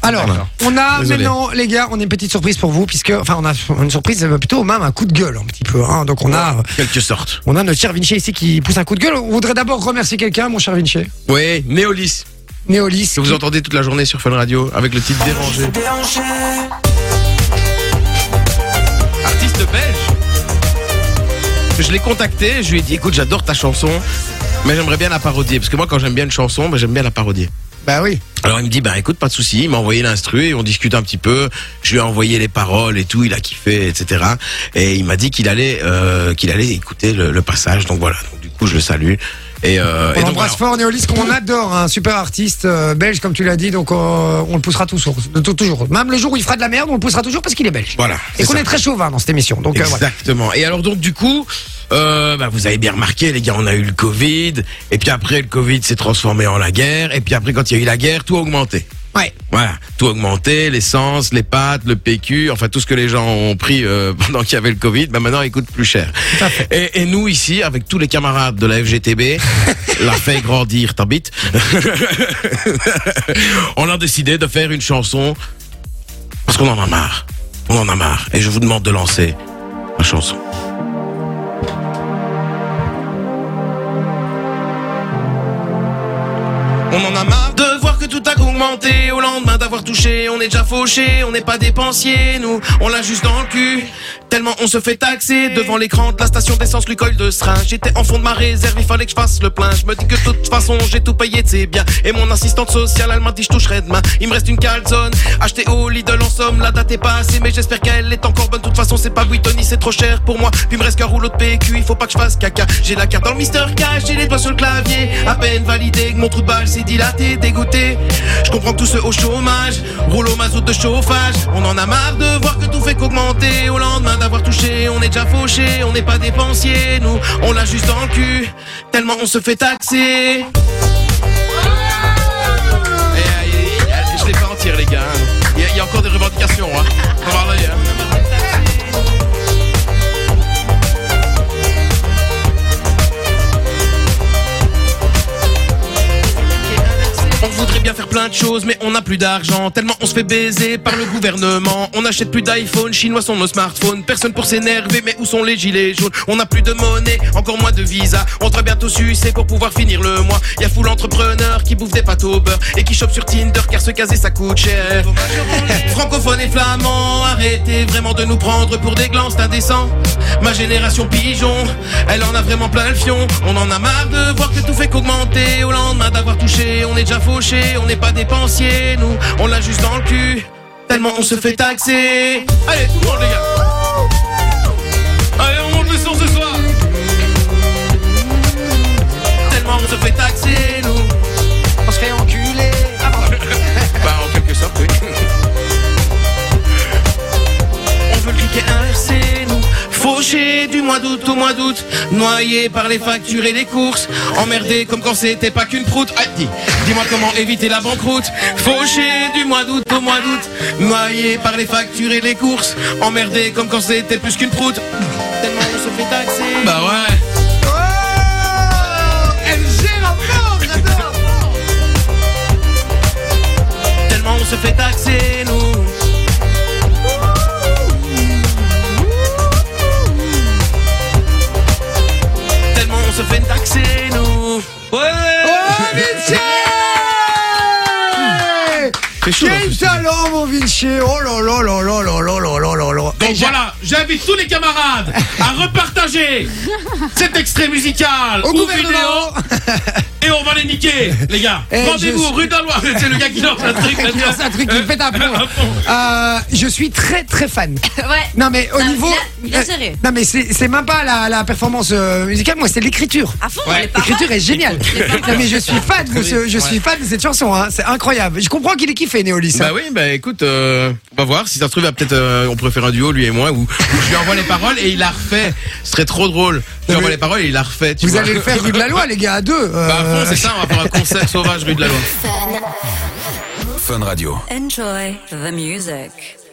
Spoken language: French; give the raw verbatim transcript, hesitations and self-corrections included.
Alors, D'accord. on a Désolé. maintenant, les gars, on a une petite surprise pour vous, puisque, enfin, on a une surprise, euh, plutôt même un coup de gueule, un petit peu. Hein. Donc, on a, Quelque sorte. on a notre cher Vinci ici qui pousse un coup de gueule. On voudrait d'abord remercier quelqu'un, mon cher Vinci. Oui, Néolis. Néolis. Que vous qui- entendez toute la journée sur Fun Radio avec le titre Dérangé. Artiste belge. Je l'ai contacté, je lui ai dit écoute, j'adore ta chanson, mais j'aimerais bien la parodier. Parce que moi, quand j'aime bien une chanson, ben, j'aime bien la parodier. Bah oui. Alors il me dit bah écoute, pas de souci. Il m'a envoyé l'instru et on discute un petit peu. Je lui ai envoyé les paroles et tout, il a kiffé, et cetera. Et il m'a dit qu'il allait euh, qu'il allait écouter le, le passage. Donc voilà. Donc, du coup, je le salue. Et, euh, et On donc, embrasse voilà. fort Néolis, qu'on adore, un super artiste euh, belge, comme tu l'as dit, donc euh, on le poussera toujours, tout- toujours. Même le jour où il fera de la merde, on le poussera toujours parce qu'il est belge. Voilà. Et c'est qu'on ça. est très chauvin dans cette émission. Donc euh, voilà. Exactement. Et alors donc du coup, euh, bah, vous avez bien remarqué les gars, on a eu le Covid, et puis après le Covid s'est transformé en la guerre, et puis après quand il y a eu la guerre, tout a augmenté. Ouais. Voilà, tout a augmenté, l'essence, les pâtes, le P Q, enfin tout ce que les gens ont pris euh, pendant qu'il y avait le Covid, bah maintenant il coûte plus cher. Tout à fait. Et, et nous ici, avec tous les camarades de la F G T B, la fait grandir ta bite, on a décidé de faire une chanson parce qu'on en a marre. On en a marre. Et je vous demande de lancer la chanson. On en a marre de voir que tout a augmenté. Au lendemain d'avoir touché, on est déjà fauché. On n'est pas dépensier, nous, on l'a juste dans le cul. Tellement on se fait taxer devant l'écran de la station d'essence Lucoil de Srin. J'étais en fond de ma réserve, il fallait que je fasse le plein. Je me dis que de toute façon j'ai tout payé de ses biens. Et mon assistante sociale, elle m'a dit je toucherai demain. Il me reste une calzone, achetée au Lidl en somme. La date est passée mais j'espère qu'elle est encore bonne. De toute façon c'est pas Buitoni, c'est trop cher pour moi. Puis il me reste qu'un rouleau de P Q, il faut pas que je fasse caca. J'ai la carte dans le Mister Cash, j'ai les doigts sur le clavier. À peine validé, que mon trou de balle s'est dilaté, dégoûté. Je comprends que tous ceux au chômage roulent au mazout de chauffage. On en a marre de voir que tout fait qu'augmenter. Au lendemain d'avoir touché, on est déjà fauché. On n'est pas dépensier, nous, on l'a juste dans le cul. Tellement on se fait taxer. Et, euh, je l'ai pas entière les gars. Il y, a- il y a encore des revendications. Hein. On va parler, hein. On voudrait bien faire plein de choses, mais on n'a plus d'argent. Tellement on se fait baiser par le gouvernement. On n'achète plus d'iPhone, chinois sont nos smartphones. Personne pour s'énerver, mais où sont les gilets jaunes? On n'a plus de monnaie, encore moins de visa. On devrait bientôt sucer pour pouvoir finir le mois. Y'a full entrepreneurs qui bouffent des pâtes au beurre et qui chopent sur Tinder car se caser ça coûte cher. Francophones et flamands, arrêtez vraiment de nous prendre pour des glands, c'est indécent. Ma génération pigeon, elle en a vraiment plein le fion. On en a marre de voir que tout fait qu'augmenter. Au lendemain d'avoir touché, on est déjà fauché. On n'est pas dépensier, nous, on l'a juste dans le cul. Tellement on se fait taxer. Allez, tout le monde les gars. Allez, on monte le son ce soir. Tellement on se fait taxer, nous. On se fait enculer. Ah, pardon. Bah en quelque sorte, oui. On veut le cliquer inversé, nous. Fauché du mois d'août au mois d'août. Noyé par les factures et les courses. Emmerdé comme quand c'était pas qu'une proute. Ah, dis, dis-moi comment éviter la banqueroute. Fauché du mois d'août au mois d'août. Noyé par les factures et les courses. Emmerdé comme quand c'était plus qu'une proute. Tellement on se fait taxer. Bah ouais. Oh, elle gère à mort, j'adore. Tellement on se fait taxer, nous. Tellement on se fait taxer, nous. Ouais. Oh, Vinci! C'est chaud, Quel là, talent, mon Vinci! Oh là là là là là là là là là là. Donc voilà, j'invite tous les camarades à repartager cet extrait musical Au ou gouvernement. vidéo et on va les niquer, les gars. Eh, Rendez-vous je- rue d'Alois. C'est le gars qui lance un truc. là, Il lance un truc qui Euh, pète un plomb. à fond. Euh, je suis très très fan. Ouais. Non mais au Non, niveau, il a- il a euh, géré. non mais c'est c'est même pas la, la performance euh, musicale, moi c'est l'écriture. À fond, Ouais, les paroles. L'écriture est géniale. Les paroles. Non mais je suis fan, de ce- je suis fan de cette chanson. Hein. C'est incroyable. Je comprends qu'il est kiffé, Néolis. hein. Bah oui, bah écoute, euh, on va voir si ça se trouve, il va peut-être, euh, on pourrait faire un duo lui et moi où, où je lui envoie les paroles et il la refait. Ce serait trop drôle. Je lui Non, envoie mais- les paroles et il la refait. Tu Vous vois. allez le faire rue de la Loi, les gars, à deux. euh, Bah à fond, c'est ça. On va faire un concert sauvage rue de la Loi. Fun Radio. Enjoy the music.